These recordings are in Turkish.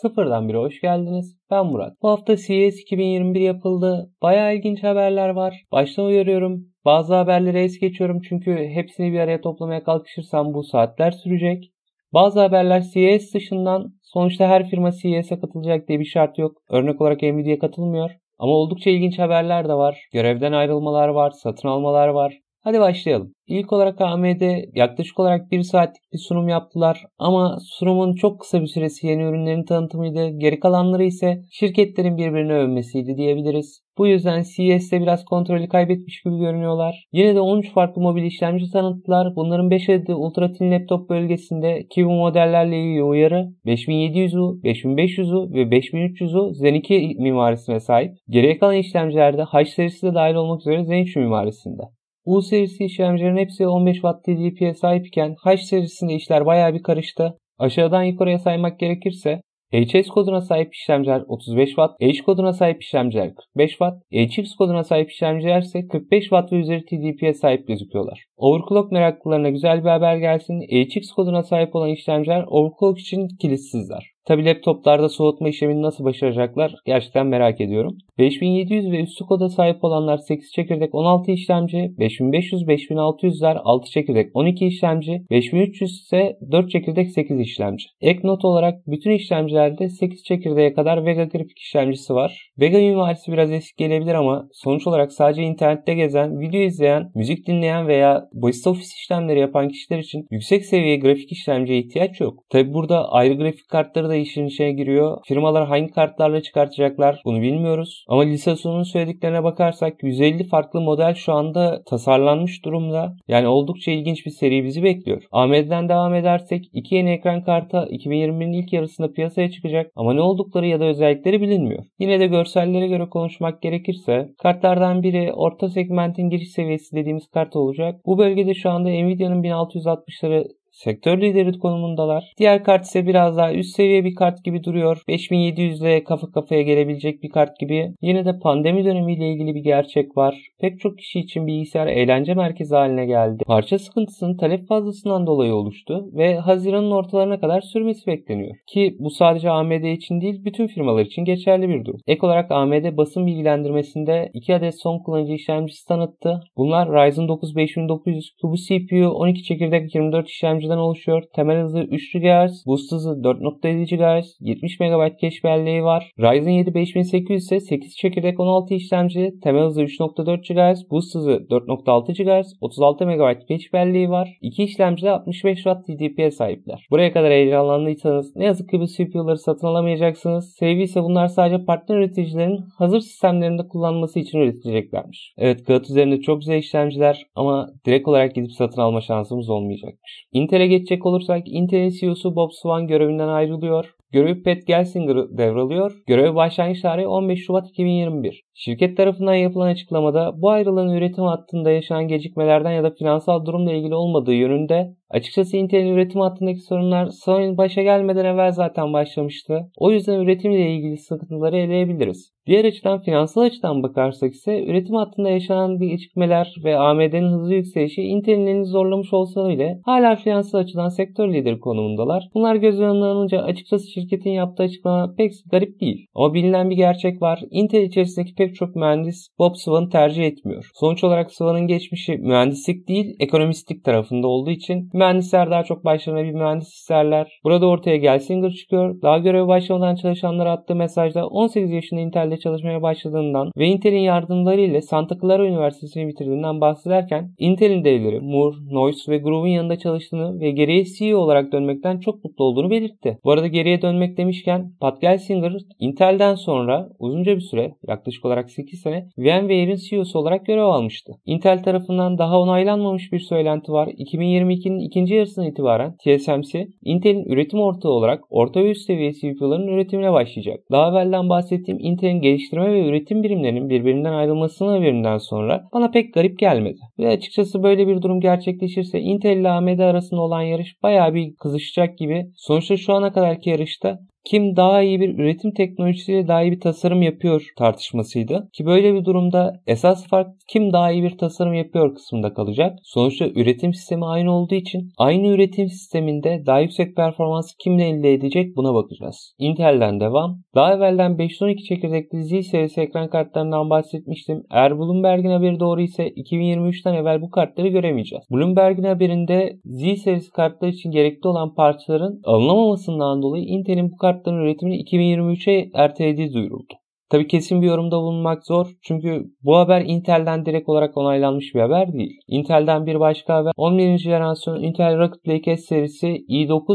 Sıfırdan bire hoş geldiniz. Ben Murat. Bu hafta CES 2021 yapıldı. Bayağı ilginç haberler var. Baştan uyarıyorum. Bazı haberleri es geçiyorum çünkü hepsini bir araya toplamaya kalkışırsam bu saatler sürecek. Bazı haberler CES dışından, sonuçta her firma CES'e katılacak diye bir şart yok. Örnek olarak Nvidia katılmıyor. Ama oldukça ilginç haberler de var. Görevden ayrılmalar var, satın almalar var. Hadi başlayalım. İlk olarak AMD yaklaşık olarak 1 saatlik bir sunum yaptılar ama sunumun çok kısa bir süresi yeni ürünlerin tanıtımıydı. Geri kalanları ise şirketlerin birbirini övmesiydi diyebiliriz. Bu yüzden CES'te biraz kontrolü kaybetmiş gibi görünüyorlar. Yine de 13 farklı mobil işlemci tanıttılar. Bunların 5 adeti ultra thin laptop bölgesinde ki bu modellerle ilgili uyarı 5700'u, 5500'u ve 5300'u Zen 2 mimarisine sahip. Geriye kalan işlemcilerde H serisi de dahil olmak üzere Zen 3 mimarisinde. U serisi işlemcilerin hepsi 15 Watt TDP'ye sahip iken H serisinde işler bayağı bir karıştı. Aşağıdan yukarıya saymak gerekirse HS koduna sahip işlemciler 35 Watt, H koduna sahip işlemciler 45 Watt, HX koduna sahip işlemciler ise 45 Watt ve üzeri TDP'ye sahip gözüküyorlar. Overclock meraklılarına güzel bir haber gelsin. HX koduna sahip olan işlemciler overclock için kilitsizler. Tabi laptoplarda soğutma işlemini nasıl başaracaklar gerçekten merak ediyorum. 5700 ve üstü koda sahip olanlar 8 çekirdek 16 işlemci, 5500-5600'ler 6 çekirdek 12 işlemci, 5300 ise 4 çekirdek 8 işlemci. Ek not olarak bütün işlemcilerde 8 çekirdeğe kadar Vega grafik işlemcisi var. Vega mimarisi biraz eski gelebilir ama sonuç olarak sadece internette gezen, video izleyen, müzik dinleyen veya basit ofis işlemleri yapan kişiler için yüksek seviye grafik işlemciye ihtiyaç yok. Tabi burada ayrı grafik kartları da işin içine giriyor. Firmalar hangi kartlarla çıkartacaklar bunu bilmiyoruz. Ama Lisaso'nun söylediklerine bakarsak 150 farklı model şu anda tasarlanmış durumda. Yani oldukça ilginç bir seri bizi bekliyor. AMD'den devam edersek 2 yeni ekran kartı 2020'nin ilk yarısında piyasaya çıkacak ama ne oldukları ya da özellikleri bilinmiyor. Yine de görsellere göre konuşmak gerekirse kartlardan biri orta segmentin giriş seviyesi dediğimiz kart olacak. Bu bölgede şu anda Nvidia'nın 1660'ları sektör lideri konumundalar. Diğer kart ise biraz daha üst seviye bir kart gibi duruyor. 5700 ile kafa kafaya gelebilecek bir kart gibi. Yine de pandemi dönemiyle ilgili bir gerçek var. Pek çok kişi için bilgisayar eğlence merkezi haline geldi. Parça sıkıntısının talep fazlasından dolayı oluştu ve Haziran'ın ortalarına kadar sürmesi bekleniyor. Ki bu sadece AMD için değil bütün firmalar için geçerli bir durum. Ek olarak AMD basın bilgilendirmesinde 2 adet son kullanıcı işlemcisi tanıttı. Bunlar Ryzen 9 5900, bu CPU 12 çekirdek 24 işlemci oluşuyor. Temel hızı 3 GHz, boost hızı 4.7 GHz, 70 MB cache belleği var. Ryzen 7 5800 ise 8 çekirdek 16 işlemci, temel hızı 3.4 GHz, boost hızı 4.6 GHz, 36 MB cache belleği var. İki işlemci de 65 Watt TDP'ye sahipler. Buraya kadar heyecanlandıysanız ne yazık ki bu CPU'ları satın alamayacaksınız. Sebebi ise bunlar sadece partner üreticilerin hazır sistemlerinde kullanması için üretileceklermiş. Evet, kağıt üzerinde çok güzel işlemciler ama direkt olarak gidip satın alma şansımız olmayacakmış. Intel'e geçecek olursak Intel'in CEO'su Bob Swan görevinden ayrılıyor. Görevi Pat Gelsinger devralıyor. Göreve başlangıç tarihi 15 Şubat 2021. Şirket tarafından yapılan açıklamada bu ayrılan üretim hattında yaşanan gecikmelerden ya da finansal durumla ilgili olmadığı yönünde. Açıkçası Intel'in üretim hattındaki sorunlar Swan başa gelmeden evvel zaten başlamıştı. O yüzden üretimle ilgili sıkıntıları eleyebiliriz. Diğer açıdan finansal açıdan bakarsak ise üretim hattında yaşanan gecikmeler ve AMD'nin hızlı yükselişi Intel'in elini zorlamış olsa bile hala finansal açıdan sektör lideri konumundalar. Bunlar göz önüne alınca açıkçası şirketin yaptığı açıklama pek garip değil. Ama bilinen bir gerçek var. Intel içerisindeki pek çok mühendis Bob Swan'ı tercih etmiyor. Sonuç olarak Swan'ın geçmişi mühendislik değil ekonomistlik tarafında olduğu için mühendisler daha çok başlarına bir mühendis isterler. Burada ortaya Gelsinger çıkıyor. Daha göreve başlamadan çalışanlara attığı mesajda 18 yaşında Intel'de çalışmaya başladığından ve Intel'in yardımlarıyla Santa Clara Üniversitesi'ni bitirdiğinden bahsederken Intel'in devleri Moore, Noyce ve Grove'un yanında çalıştığını ve geriye CEO olarak dönmekten çok mutlu olduğunu belirtti. Bu arada geriye dönmek demişken Pat Gelsinger Intel'den sonra uzunca bir süre yaklaşık olarak 8 sene VMware'in CEO'su olarak görev almıştı. Intel tarafından daha onaylanmamış bir söylenti var. 2022'nin ikinci yarısından itibaren TSMC, Intel'in üretim ortağı olarak orta ve üst seviye CPU'ların üretimine başlayacak. Daha evvelden bahsettiğim Intel'in geliştirme ve üretim birimlerinin birbirinden ayrılmasının haberinden sonra bana pek garip gelmedi. Ve açıkçası böyle bir durum gerçekleşirse Intel ile AMD arasında olan yarış bayağı bir kızışacak gibi. Sonuçta şu ana kadarki yarışta Kim daha iyi bir üretim teknolojisiyle daha iyi bir tasarım yapıyor tartışmasıydı. Ki böyle bir durumda esas fark kim daha iyi bir tasarım yapıyor kısmında kalacak. Sonuçta üretim sistemi aynı olduğu için aynı üretim sisteminde daha yüksek performansı kim elde edecek buna bakacağız. Intel'den devam. Daha evvelden 512 çekirdekli Z serisi ekran kartlarından bahsetmiştim. Eğer Bloomberg'in haberi doğru ise 2023'ten evvel bu kartları göremeyeceğiz. Bloomberg'in haberinde Z serisi kartlar için gerekli olan parçaların alınamamasından dolayı Intel'in bu kartların üretimini 2023'e ertelediği duyuruldu. Tabii kesin bir yorumda bulunmak zor çünkü bu haber Intel'den direkt olarak onaylanmış bir haber değil. Intel'den bir başka haber 11. jenerasyon Intel Rocket Lake S serisi i9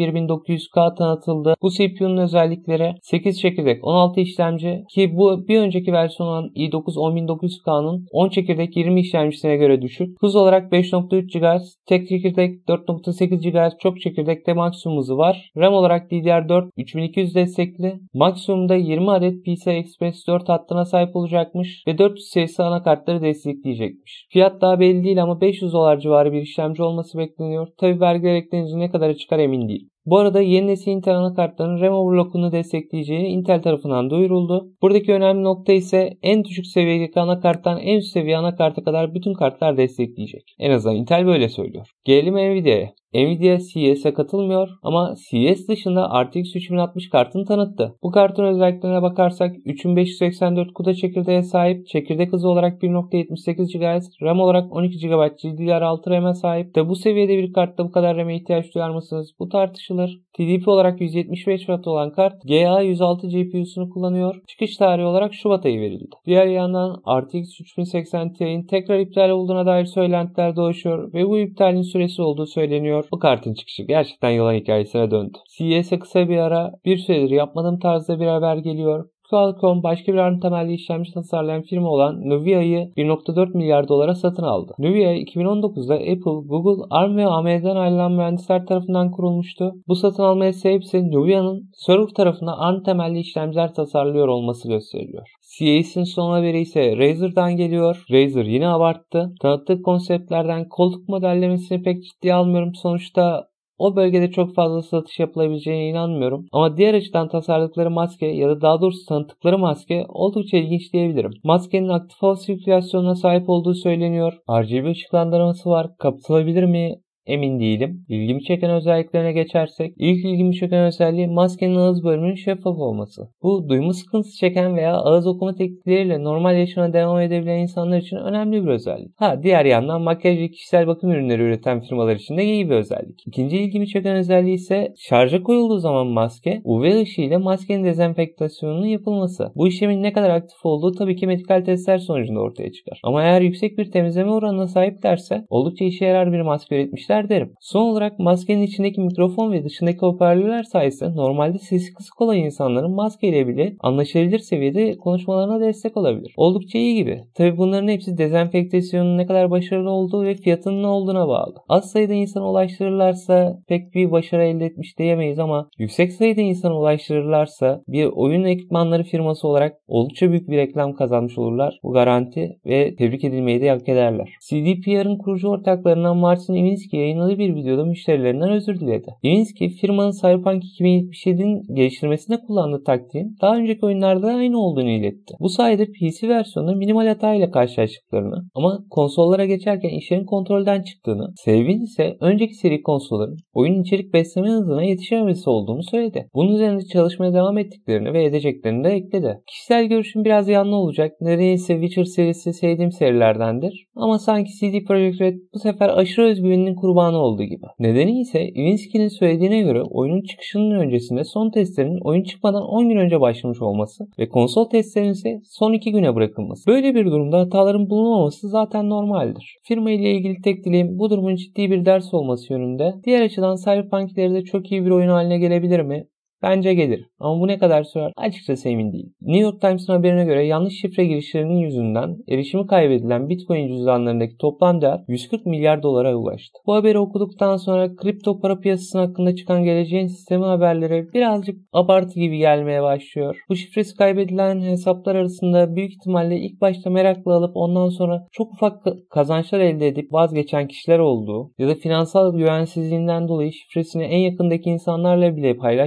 11900K tanıtıldı. Bu CPU'nun özellikleri 8 çekirdek 16 işlemci ki bu bir önceki versiyon olan i9 10900K'nın 10 çekirdek 20 işlemcisine göre düşük. Hız olarak 5.3 GHz, tek çekirdek 4.8 GHz, çok çekirdekte maksimum hızı var. RAM olarak DDR4 3200 destekli. Maksimumda 20 adet PCI Express 4 hattına sahip olacakmış ve 400 serisi anakartları destekleyecekmiş. Fiyat daha belli değil ama $500 civarı bir işlemci olması bekleniyor. Tabi vergiler eklenince ne kadara çıkar emin değil. Bu arada yeni nesil Intel anakartların RAM overclock'unu destekleyeceği Intel tarafından duyuruldu. Buradaki önemli nokta ise en düşük seviyedeki anakarttan en üst seviye anakarta kadar bütün kartlar destekleyecek. En azından Intel böyle söylüyor. Gelelim Nvidia'ya. Nvidia CES'e katılmıyor ama CES dışında RTX 3060 kartını tanıttı. Bu kartın özelliklerine bakarsak 3584 CUDA çekirdeğe sahip, çekirdek hızı olarak 1.78 GHz, RAM olarak 12 GB GDDR6 RAM'e sahip. De bu seviyede bir kartta bu kadar RAM'e ihtiyaç duyar mısınız? Bu tartışılır. TDP olarak 175 Watt olan kart GA106 GPU'sunu kullanıyor. Çıkış tarihi olarak Şubat ayı verildi. Diğer yandan RTX 3080 Ti'nin tekrar iptal olduğuna dair söylentiler dolaşıyor ve bu iptalin süresi olduğu söyleniyor. Bu kartın çıkışı gerçekten yalan hikayesine döndü. CES'e kısa bir ara bir süredir yapmadığım tarzda bir haber geliyor. Qualcomm başka bir ARM temelli işlemci tasarlayan firma olan Nuvia'yı 1.4 milyar dolara satın aldı. Nuvia 2019'da Apple, Google, ARM ve AMD'den ayrılan mühendisler tarafından kurulmuştu. Bu satın almaya sebep ise Nuvia'nın server tarafına ARM temelli işlemciler tasarlıyor olması gösteriliyor. CES'in son haberi ise Razer'dan geliyor. Razer yine abarttı. Tanıttığı konseptlerden koltuk modellemesini pek ciddiye almıyorum. Sonuçta o bölgede çok fazla satış yapılabileceğine inanmıyorum. Ama diğer açıdan tasarladıkları maske ya da daha doğrusu tanıttıkları maske oldukça ilginç diyebilirim. Maskenin aktif hava sirkülasyonuna sahip olduğu söyleniyor. RGB ışıklandırması var. Kapatılabilir mi? Emin değilim. İlgimi çeken özelliklerine geçersek, ilk ilgimi çeken özelliği maskenin ağız bölümünün şeffaf olması. Bu duyma sıkıntısı çeken veya ağız okuma teknikleriyle normal yaşamına devam edebilen insanlar için önemli bir özellik. Diğer yandan makyaj ve kişisel bakım ürünleri üreten firmalar için de iyi bir özellik. İkinci ilgimi çeken özelliği ise şarja koyulduğu zaman maske, UV ışığı ile maskenin dezenfektasyonunun yapılması. Bu işlemin ne kadar aktif olduğu tabii ki medikal testler sonucunda ortaya çıkar. Ama eğer yüksek bir temizleme oranına sahiplerse oldukça işe yarar bir maske üretmişler derim. Son olarak maskenin içindeki mikrofon ve dışındaki hoparlörler sayesinde normalde sesi kısık olan insanların maskeyle bile anlaşılabilir seviyede konuşmalarına destek olabilir. Oldukça iyi gibi. Tabi bunların hepsi dezenfektasyonun ne kadar başarılı olduğu ve fiyatının ne olduğuna bağlı. Az sayıda insana ulaştırırlarsa pek bir başarı elde etmiş diyemeyiz ama yüksek sayıda insana ulaştırırlarsa bir oyun ekipmanları firması olarak oldukça büyük bir reklam kazanmış olurlar. Bu garanti ve tebrik edilmeyi de hak ederler. CDPR'ın kurucu ortaklarından Martin Iwinski yayınladığı bir videoda müşterilerinden özür diledi. Iwinski firmanın Cyberpunk 2077'nin geliştirmesinde kullandığı taktiğin daha önceki oyunlarda aynı olduğunu iletti. Bu sayede PC versiyonunda minimal hata ile karşılaştıklarını ama konsollara geçerken işlerin kontrolden çıktığını, sebebin ise önceki seri konsolların oyun içerik besleme hızına yetişememesi olduğunu söyledi. Bunun üzerinde çalışmaya devam ettiklerini ve edeceklerini de ekledi. Kişisel görüşüm biraz yanlı olacak. Neredeyse Witcher serisi sevdiğim serilerdendir. Ama sanki CD Projekt Red bu sefer aşırı özgüveninin kurbanı olduğu gibi. Nedeni ise Iwinski'nin söylediğine göre oyunun çıkışının öncesinde son testlerin oyun çıkmadan 10 gün önce başlamış olması ve konsol testlerinin ise son 2 güne bırakılması. Böyle bir durumda hataların bulunmaması zaten normaldir. Firma ile ilgili tek dileğim bu durumun ciddi bir ders olması yönünde. Diğer açıdan Cyberpunk ileride çok iyi bir oyun haline gelebilir mi? Bence gelir. Ama bu ne kadar sürer? Açıkçası emin değilim. New York Times'ın haberine göre yanlış şifre girişlerinin yüzünden erişimi kaybedilen Bitcoin cüzdanlarındaki toplam değer 140 milyar dolara ulaştı. Bu haberi okuduktan sonra kripto para piyasasının hakkında çıkan geleceğin sistemi haberleri birazcık abartı gibi gelmeye başlıyor. Bu şifresi kaybedilen hesaplar arasında büyük ihtimalle ilk başta merakla alıp ondan sonra çok ufak kazançlar elde edip vazgeçen kişiler olduğu ya da finansal güvensizliğinden dolayı şifresini en yakındaki insanlarla bile paylaşmaya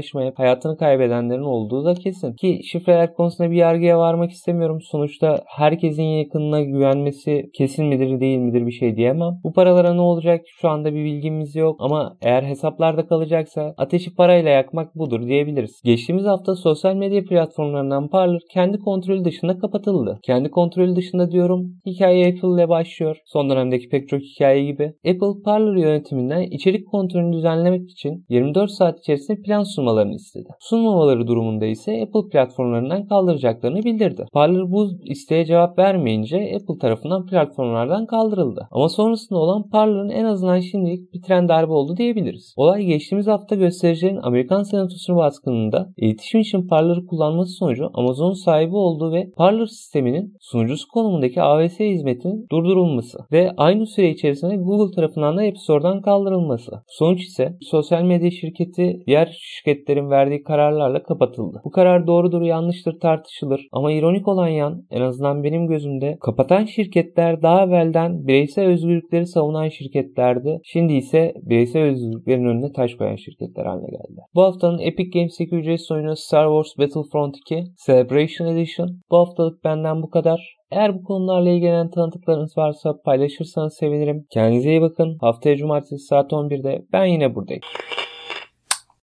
hayatını kaybedenlerin olduğu da kesin. Ki şifreler konusunda bir yargıya varmak istemiyorum. Sonuçta herkesin yakınına güvenmesi kesin midir değil midir bir şey diyemem. Bu paralara ne olacak şu anda bir bilgimiz yok ama eğer hesaplarda kalacaksa ateşi parayla yakmak budur diyebiliriz. Geçtiğimiz hafta sosyal medya platformlarından Parler kendi kontrolü dışında kapatıldı. Kendi kontrolü dışında diyorum, hikaye Apple ile başlıyor. Son dönemdeki pek çok hikaye gibi. Apple Parler yönetiminden içerik kontrolünü düzenlemek için 24 saat içerisinde plan sunmalarını istedi. Sunmamaları durumunda ise Apple platformlarından kaldıracaklarını bildirdi. Parler bu isteğe cevap vermeyince Apple tarafından platformlardan kaldırıldı. Ama sonrasında olan Parler'ın en azından şimdilik bitiren darbe oldu diyebiliriz. Olay geçtiğimiz hafta göstericilerin Amerikan Senatosu'nun baskınında iletişim için Parler'ı kullanması sonucu Amazon sahibi olduğu ve Parler sisteminin sunucusu konumundaki AWS hizmetinin durdurulması ve aynı süre içerisinde Google tarafından da App Store'dan kaldırılması. Sonuç ise sosyal medya şirketi diğer şirketlerin verdiği kararlarla kapatıldı. Bu karar doğrudur yanlıştır tartışılır ama ironik olan yan, en azından benim gözümde, kapatan şirketler daha evvelden bireysel özgürlükleri savunan şirketlerdi. Şimdi ise bireysel özgürlüklerin önüne taş koyan şirketler haline geldi. Bu haftanın Epic Games'teki ücretsiz oyunu Star Wars Battlefront 2 Celebration Edition. Bu haftalık benden bu kadar. Eğer bu konularla ilgilenen tanıdıklarınız varsa paylaşırsanız sevinirim. Kendinize iyi bakın. Haftaya cumartesi saat 11'de ben yine buradayım.